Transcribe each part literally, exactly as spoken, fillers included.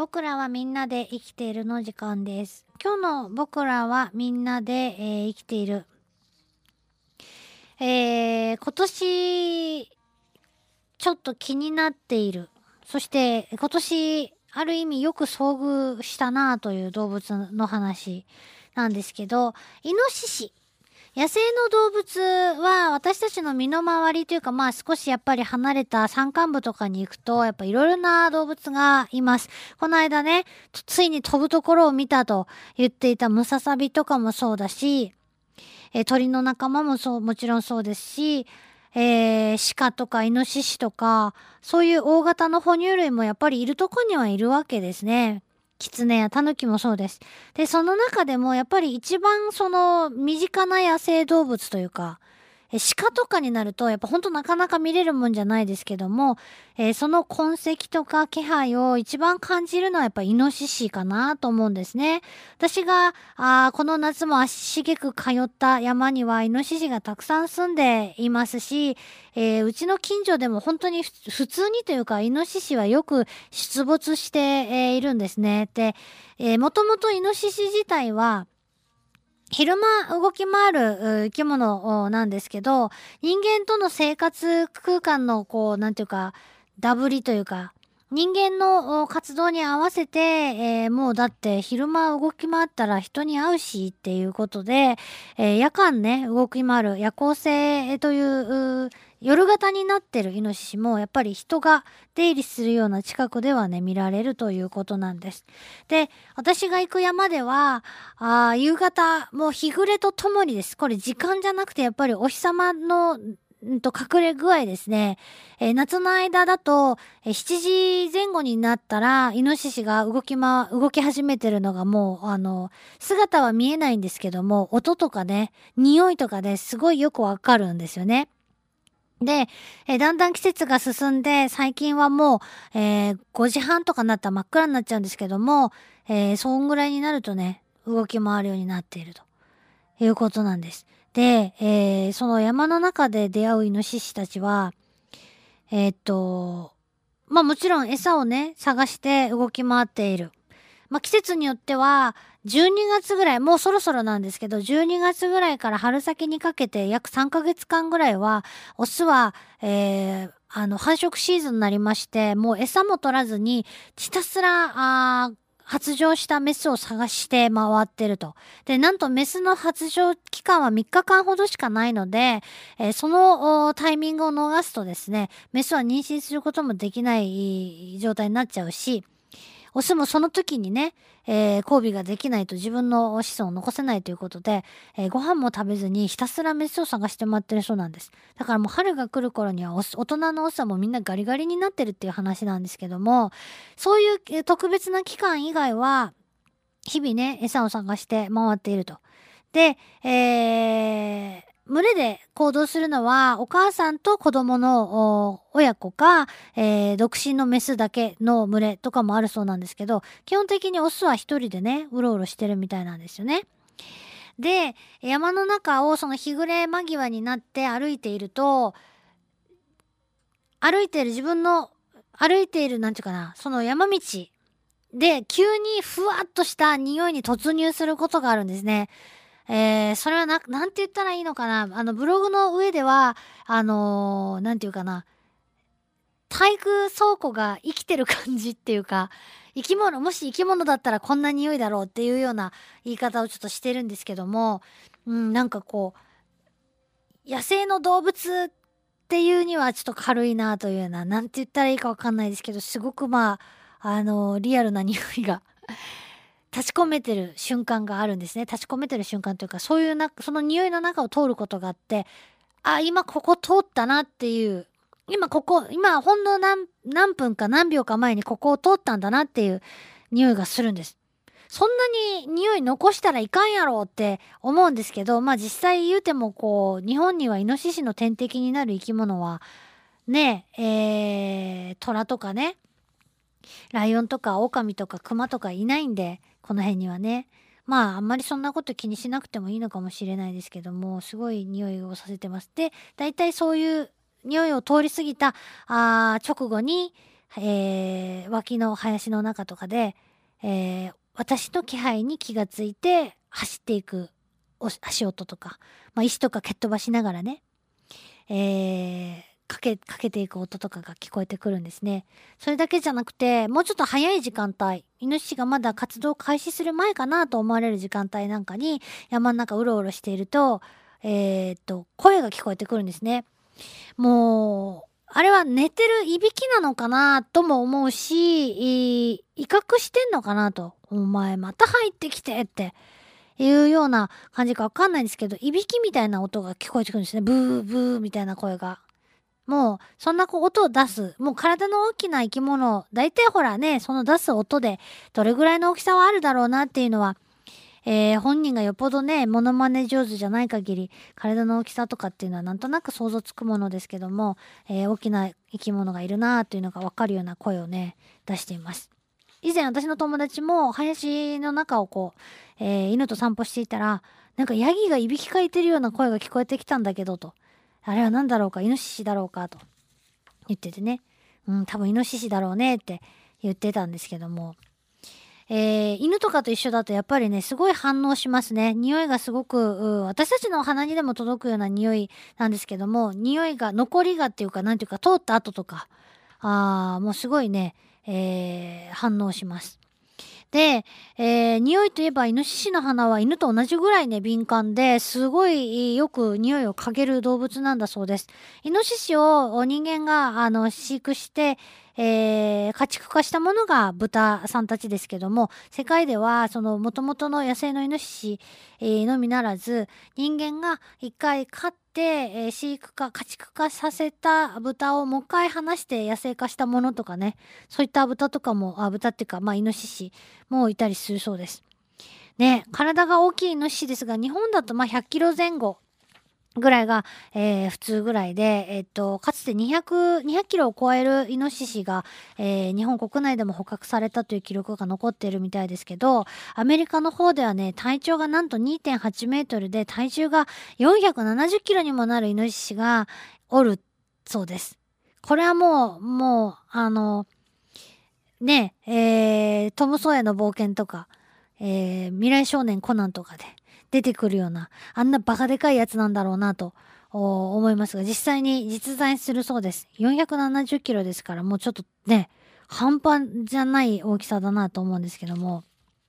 僕らはみんなで生きているの時間です。今日の僕らはみんなで、えー生きている。えー今年ちょっと気になっている。そして今年ある意味よく遭遇したなという動物の話なんですけど、イノシシ。野生の動物は私たちの身の回りというか、まあ少しやっぱり離れた山間部とかに行くと、やっぱいろいろな動物がいます。この間ね、ついに飛ぶところを見たと言っていたムササビとかもそうだし、えー鳥の仲間もそう、もちろんそうですし、えー鹿とかイノシシとか、そういう大型の哺乳類もやっぱりいるとこにはいるわけですね。キツネやタヌキもそうです。で、その中でもやっぱり一番その身近な野生動物というか、え鹿とかになるとやっぱほんとなかなか見れるもんじゃないですけども、えーその痕跡とか気配を一番感じるのはやっぱイノシシかなと思うんですね。私が、あーこの夏も足しげく通った山にはイノシシがたくさん住んでいますし、えーうちの近所でも本当にふ普通にというかイノシシはよく出没して、えーいるんですね。で、えーもともとイノシシ自体は昼間動き回るう生き物おなんですけど、人間との生活空間のこう、なんていうか、ダブりというか、人間のお活動に合わせて、えーもうだって昼間動き回ったら人に会うしっていうことで、えー夜間ね、動き回る夜行性というう夜型になってるイノシシもやっぱり人が出入りするような近くではね、見られるということなんです。で、私が行く山では、ああ、夕方、もう日暮れとともにです。これ時間じゃなくてやっぱりお日様の、んと隠れ具合ですね。えー夏の間だと、えーしちじぜん後になったら、イノシシが動きま、動き始めてるのがもう、あの、姿は見えないんですけども、音とかね、匂いとかですごいよくわかるんですよね。で、えーだんだん季節が進んで、最近はもう、えーごじはんとかなったら真っ暗になっちゃうんですけども、えーそんぐらいになるとね、動き回るようになっているということなんです。で、えーその山の中で出会うイノシシたちは、えーっと、まあもちろん餌をね、探して動き回っている。まあ季節によっては、じゅうにがつぐらい、もうそろそろなんですけど、じゅうにがつぐらいから春先にかけて約さんかげつかんぐらいは、オスは、えーあの、繁殖シーズンになりまして、もう餌も取らずに、ひたすら、あー発情したメスを探して回ってると。で、なんとメスの発情期間はみっかかんほどしかないので、えーそのおタイミングを逃すとですね、メスは妊娠することもできない状態になっちゃうし、オスもその時にね、えー交尾ができないと自分の子孫を残せないということで、えーご飯も食べずにひたすらメスを探して回ってるそうなんです。だからもう春が来る頃にはオス大人のオスはもうみんなガリガリになってるっていう話なんですけども、そういうえー特別な期間以外は、日々ね、餌を探して回っていると。で、えー群れで行動するのは、お母さんと子供のお親子か、えー独身のメスだけの群れとかもあるそうなんですけど、基本的にオスは一人でね、うろうろしてるみたいなんですよね。で、山の中をその日暮れ間際になって歩いていると、歩いている自分の、歩いている、なんていうかな、その山道で、急にふわっとした匂いに突入することがあるんですね。えー、それはな、なんて言ったらいいのかな。あの、ブログの上では、あのーなんていうかな。体育倉庫が生きてる感じっていうか、生き物、もし生き物だったらこんな匂いだろうっていうような言い方をちょっとしてるんですけども、うん、なんかこう、野生の動物っていうにはちょっと軽いなというような、なんて言ったらいいかわかんないですけど、すごくまあ、あのーリアルな匂いが立ち込めてる瞬間があるんですね。立ち込めてる瞬間というか、そういうな、その匂いの中を通ることがあって、あ、今ここ通ったなっていう、今ここ、今ほんの何、何分か何秒か前にここを通ったんだなっていう匂いがするんです。そんなに匂い残したらいかんやろうって思うんですけど、まあ実際言うてもこう、日本にはイノシシの天敵になる生き物は、ね、えー、虎とかね、ライオンとかオオカミとかクマとかいないんで、この辺にはね。まあ、あんまりそんなこと気にしなくてもいいのかもしれないですけども、すごい匂いをさせてます。で、大体そういう匂いを通り過ぎた、あー直後に、 えー、脇の林の中とかで、えー、私の気配に気がついて走っていく足音とか、まあ、石とか蹴っ飛ばしながらね、えー、かけ、かけていく音とかが聞こえてくるんですね。それだけじゃなくて、もうちょっと早い時間帯、イノシシがまだ活動開始する前かなと思われる時間帯なんかに、山の中うろうろしていると、えー、っと、声が聞こえてくるんですね。もう、あれは寝てるいびきなのかなとも思うし、い威嚇してんのかなと。お前また入ってきてっていうような感じかわかんないんですけど、いびきみたいな音が聞こえてくるんですね。ブーブーみたいな声が。もう、そんなこう音を出す。もう体の大きな生き物、大体ほらね、その出す音でどれぐらいの大きさはあるだろうなっていうのは、えー、本人がよっぽどね、モノマネ上手じゃない限り、体の大きさとかっていうのはなんとなく想像つくものですけども、えー、大きな生き物がいるなーっていうのがわかるような声をね、出しています。以前私の友達も林の中をこう、えー、犬と散歩していたら、なんかヤギがいびきかいてるような声が聞こえてきたんだけどと。あれは何だろうか、イノシシだろうかと言っててね。うん、多分イノシシだろうねって言ってたんですけども。えー、犬とかと一緒だとやっぱりね、すごい反応しますね。匂いがすごく、う私たちの鼻にでも届くような匂いなんですけども、匂いが、残りがっていうか、なんていうか、通った後とか、あー、もうすごいね、えー、反応します。で、えー、匂いといえばイノシシの鼻は犬と同じぐらいね敏感ですごいよく匂いを嗅げる動物なんだそうです。イノシシを人間があの飼育して、えー、家畜化したものが豚さんたちですけども、世界ではその元々の野生のイノシシ、えー、のみならず、人間が一回飼って、えー、飼育化家畜化させた豚をもう一回離して野生化したものとかね、そういった豚とかも、あ、豚っていうか、まあ、イノシシもいたりするそうです。ね、体が大きいイノシシですが、日本だとまあひゃっキロ前後ぐらいが、えー普通ぐらいで、えっと、かつてにひゃく、にひゃっキロを超えるイノシシが、えー日本国内でも捕獲されたという記録が残っているみたいですけど、アメリカの方ではね、体長がなんとにてんはちメートルで、体重がよんひゃくななじゅっキロにもなるイノシシがおるそうです。これはもう、もう、あの、ね、えー、トム・ソーヤの冒険とか、えー、未来少年コナンとかで出てくるような、あんなバカでかいやつなんだろうなとお思いますが、実際に実在するそうです。よんひゃくななじゅっキロですから、もうちょっとね、半端じゃない大きさだなと思うんですけども。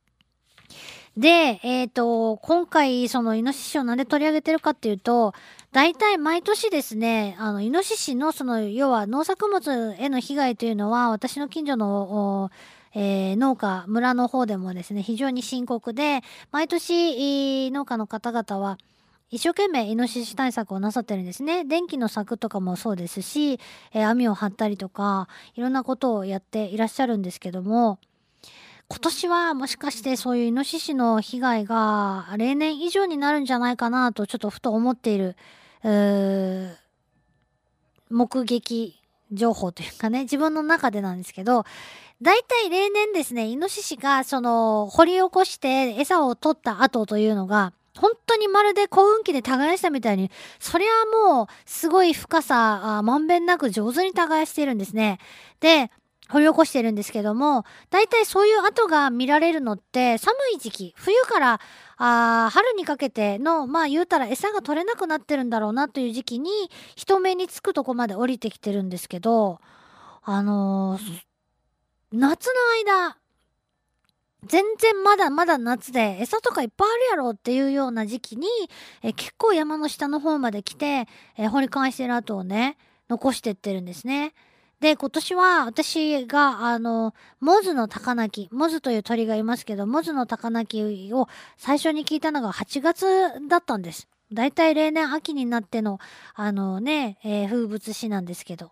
で、えっと、今回、そのイノシシをなんで取り上げてるかっていうと、大体毎年ですね、あの、イノシシのその、要は農作物への被害というのは、私の近所の、おえー農家、村の方でもですね、非常に深刻で、毎年、えー農家の方々は、一生懸命イノシシ対策をなさってるんですね。電気の柵とかもそうですし、えー網を張ったりとか、いろんなことをやっていらっしゃるんですけども、今年はもしかしてそういうイノシシの被害が例年以上になるんじゃないかなとちょっとふと思っている、うー目撃情報というかね、自分の中でなんですけど、だいたい例年ですね、イノシシがその掘り起こして餌を取った後というのが、本当にまるで幸運期で耕したみたいに、そりゃもうすごい深さ、あまんべんなく上手に耕しているんですね。で、掘り起こしてるんですけども、だいたいそういう跡が見られるのって寒い時期、冬からあー春にかけての、まあ言うたら餌が取れなくなってるんだろうなという時期に人目につくとこまで降りてきてるんですけど、あのー夏の間、全然まだまだ夏で餌とかいっぱいあるやろっていうような時期に、え結構山の下の方まで来て、え掘り返してる跡をね、残してってるんですね。で、今年は私が、あの、モズの高鳴き、モズという鳥がいますけど、モズの高鳴きを最初に聞いたのがはちがつだったんです。だいたい例年秋になっての、あのね、えー風物詩なんですけど。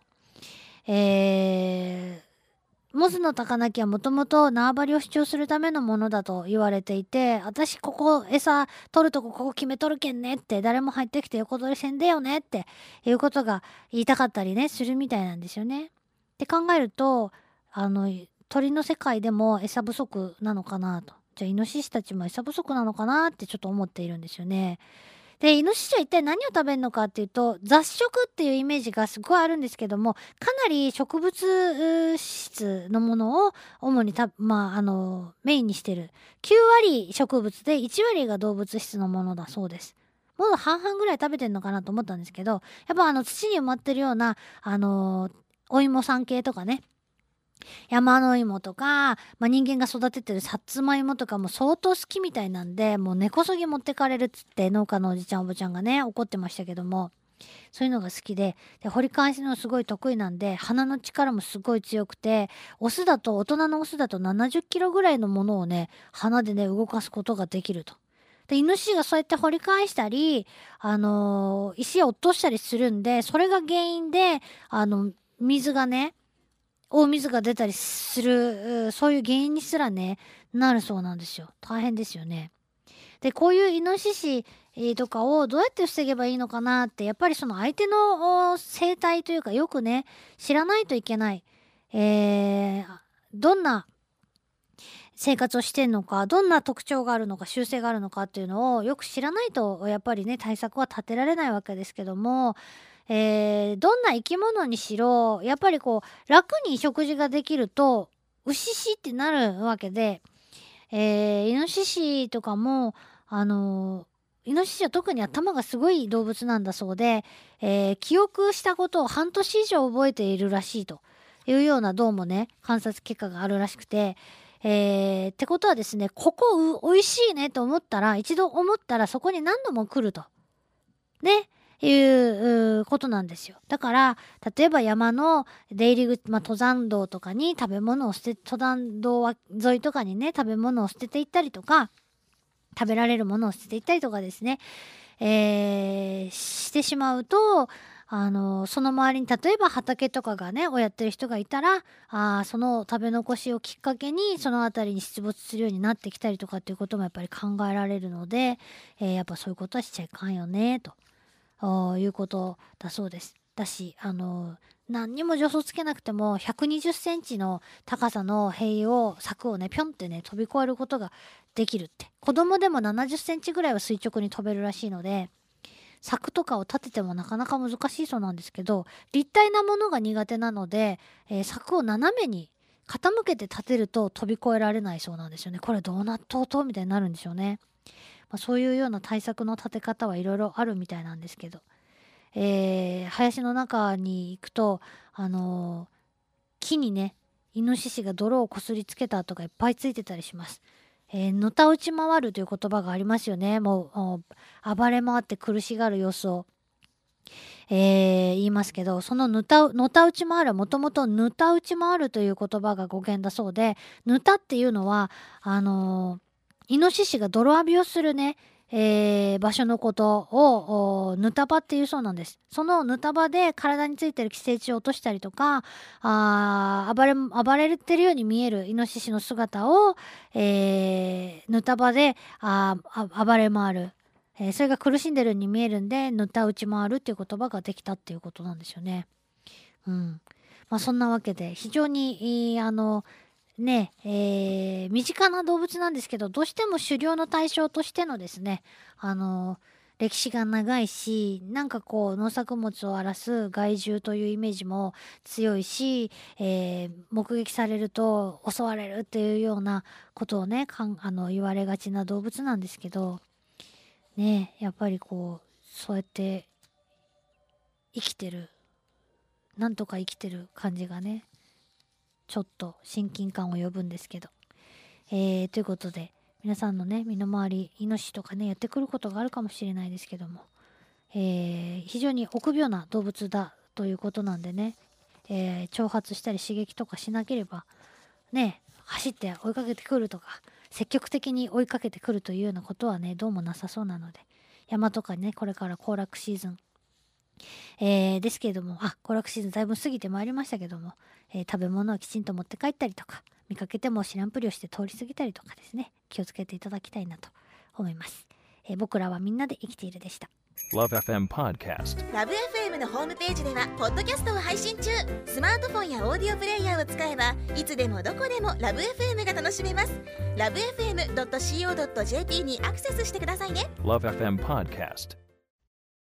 えーモズの高鳴きはもともと縄張りを主張するためのものだと言われていて、私ここ餌取るとこここ決めとるけんねって、誰も入ってきて横取りせんでよねっていうことが言いたかったりね、するみたいなんですよね。って考えると、あの、鳥の世界でも餌不足なのかなと。じゃあイノシシたちも餌不足なのかなってちょっと思っているんですよね。 でイノシシは一体何を食べるのかっていうと、雑食っていうイメージがすごいあるんですけども、かなり植物質のものを主にた、まあ、あのメインにしてる。きゅうわり植物でいちわりが動物質のものだそうです。もう半々ぐらい食べてるのかなと思ったんですけど、やっぱあの土に埋まってるようなあのお芋さん系とかね、山の芋とか、まあ、人間が育ててるさつまいもとかも相当好きみたいなんで、もう根こそぎ持ってかれるっつって農家のおじちゃんおばちゃんがね怒ってましたけども、そういうのが好きで、で掘り返しのすごい得意なんで、鼻の力もすごい強くて、オスだと大人のオスだとななじゅっキロぐらいのものをね鼻でね動かすことができると。でイノシシがそうやって掘り返したり、あのー石を落としたりするんで、それが原因であの水がね大水が出たりする、そういう原因にすらねなるそうなんですよ。大変ですよね。でこういうイノシシとかをどうやって防げばいいのかなって、やっぱりその相手の生態というかよくね知らないといけない、えー、どんな生活をしてんのか、どんな特徴があるのか、習性があるのかっていうのをよく知らないとやっぱりね対策は立てられないわけですけども、えー、どんな生き物にしろやっぱりこう楽に食事ができるとうししってなるわけで、えー、イノシシとかもあのー、イノシシは特に頭がすごい動物なんだそうで、えー、記憶したことを半年以上覚えているらしいというようなどうもね観察結果があるらしくて、えー、ってことはですね、ここおいしいねと思ったら、一度思ったらそこに何度も来るとねいうことなんですよ。だから例えば山の出入り口、まあ、登山道とかに食べ物を捨て、登山道沿いとかにね食べ物を捨てていったりとか、食べられるものを捨てていったりとかですね、えー、してしまうと、あのその周りに例えば畑とかがねをやってる人がいたら、あその食べ残しをきっかけにその辺りに出没するようになってきたりとかっていうこともやっぱり考えられるので、えー、やっぱそういうことはしちゃいかんよねということだそうです。だしあの何にも助走つけなくてもひゃくにじゅっセンチの高さの塀を柵をねピョンってね飛び越えることができるって。子供でもななじゅっセンチぐらいは垂直に飛べるらしいので、柵とかを立ててもなかなか難しいそうなんですけど、立体なものが苦手なので、えー、柵を斜めに傾けて立てると飛び越えられないそうなんですよね。これどうなっとうとみたいになるんでしょうね。まあ、そういうような対策の立て方はいろいろあるみたいなんですけど、えー、林の中に行くと、あのー、木にねイノシシが泥をこすりつけた跡がいっぱいついてたりします。えー、のたうち回るという言葉がありますよね。もう暴れ回って苦しがる様子を、えー、言いますけど、そのぬたのたうち回るはもともとぬたうち回るという言葉が語源だそうで、ぬたっていうのはあのー、イノシシが泥浴びをするね、えー、場所のことをぬた場っていうそうなんです。そのぬた場で体についてる寄生虫を落としたりとか、あ暴れ暴れてるように見えるイノシシの姿を、えー、ぬた場でああ暴れ回る、えー、それが苦しんでるように見えるんでぬた打ち回るっていう言葉ができたっていうことなんですよね。うん。まあそんなわけで非常にあのねえー、身近な動物なんですけど、どうしても狩猟の対象としてのですね、あの歴史が長いし、なんかこう農作物を荒らす害獣というイメージも強いし、えー、目撃されると襲われるっていうようなことをねかんあの言われがちな動物なんですけどね、やっぱりこうそうやって生きてる、なんとか生きてる感じがねちょっと親近感を呼ぶんですけど、えー、ということで皆さんのね身の回りイノシシとかねやってくることがあるかもしれないですけども、えー、非常に臆病な動物だということなんでね、えー、挑発したり刺激とかしなければね、走って追いかけてくるとか積極的に追いかけてくるというようなことはねどうもなさそうなので、山とかねこれから行楽シーズン、えー、ですけれども、あ、行楽シーズンだいぶ過ぎてまいりましたけども、えー、食べ物をきちんと持って帰ったりとか、見かけても知らんぷりをして通り過ぎたりとかですね、気をつけていただきたいなと思います。えー、僕らはみんなで生きているでした。 Love エフエム Podcast。 ラブ エフエム のホームページではポッドキャストを配信中。スマートフォンやオーディオプレイヤーを使えばいつでもどこでもラブ エフエム が楽しめます。ラブ エフエムドットシーオードットジェーピー にアクセスしてくださいね。 Love エフエム Podcast。